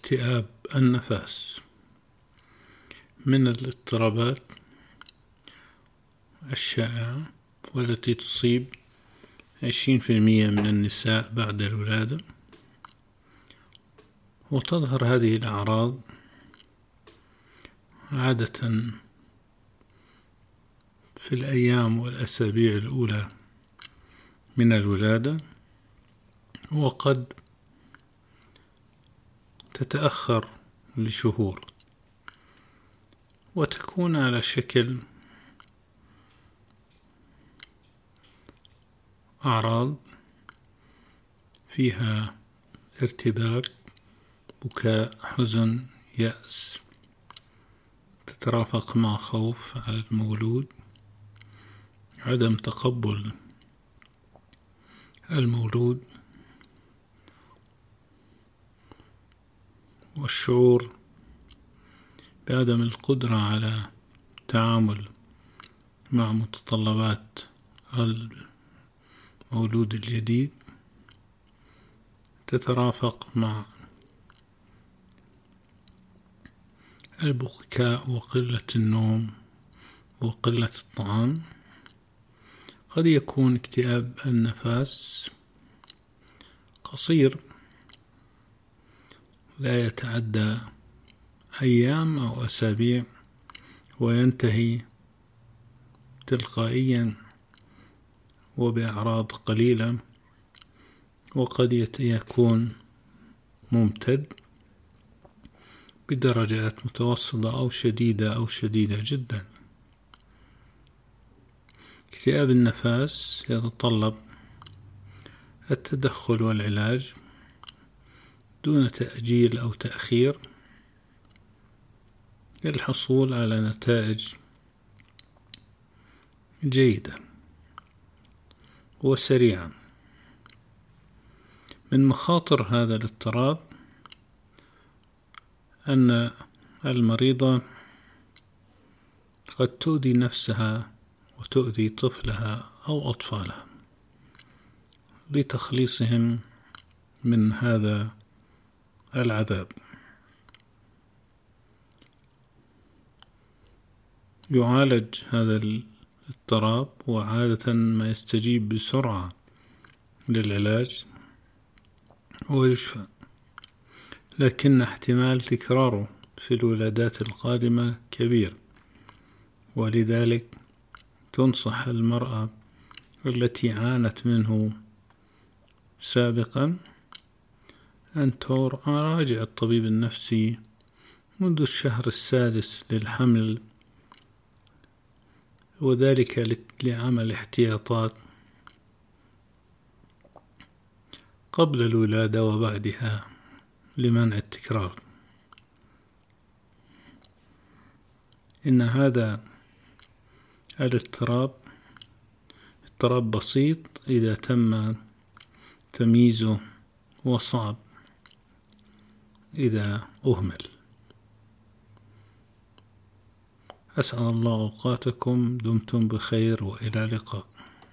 اكتئاب النفس من الاضطرابات الشائعة والتي تصيب 20% من النساء بعد الولادة، وتظهر هذه الأعراض عادة في الأيام والأسابيع الأولى من الولادة، وقد تتأخر لشهور، وتكون على شكل أعراض فيها ارتباك، بكاء، حزن، يأس، تترافق مع خوف على المولود، عدم تقبل المولود، والشعور بعدم القدرة على التعامل مع متطلبات المولود الجديد، تترافق مع البكاء وقلة النوم وقلة الطعام. قد يكون اكتئاب النفس قصير لا يتعدى أيام أو أسابيع وينتهي تلقائيا وبأعراض قليلة، وقد يكون ممتد بدرجات متوسطة أو شديدة جدا. اكتئاب النفس يتطلب التدخل والعلاج دون تأجيل أو تأخير للحصول على نتائج جيدة وسريعة. من مخاطر هذا الاضطراب أن المريضة قد تؤذي نفسها وتؤذي طفلها أو أطفالها لتخليصهم من هذا العذاب. يعالج هذا الاضطراب، وعادة ما يستجيب بسرعة للعلاج ويشفى، لكن احتمال تكراره في الولادات القادمة كبير، ولذلك تنصح المرأة التي عانت منه سابقا أن تراجع الطبيب النفسي منذ الشهر السادس للحمل، وذلك لعمل احتياطات قبل الولادة وبعدها لمنع التكرار. إن هذا اضطراب بسيط إذا تم تمييزه، وصعب إذا أهمل. أسعد الله أوقاتكم، دمتم بخير، وإلى اللقاء.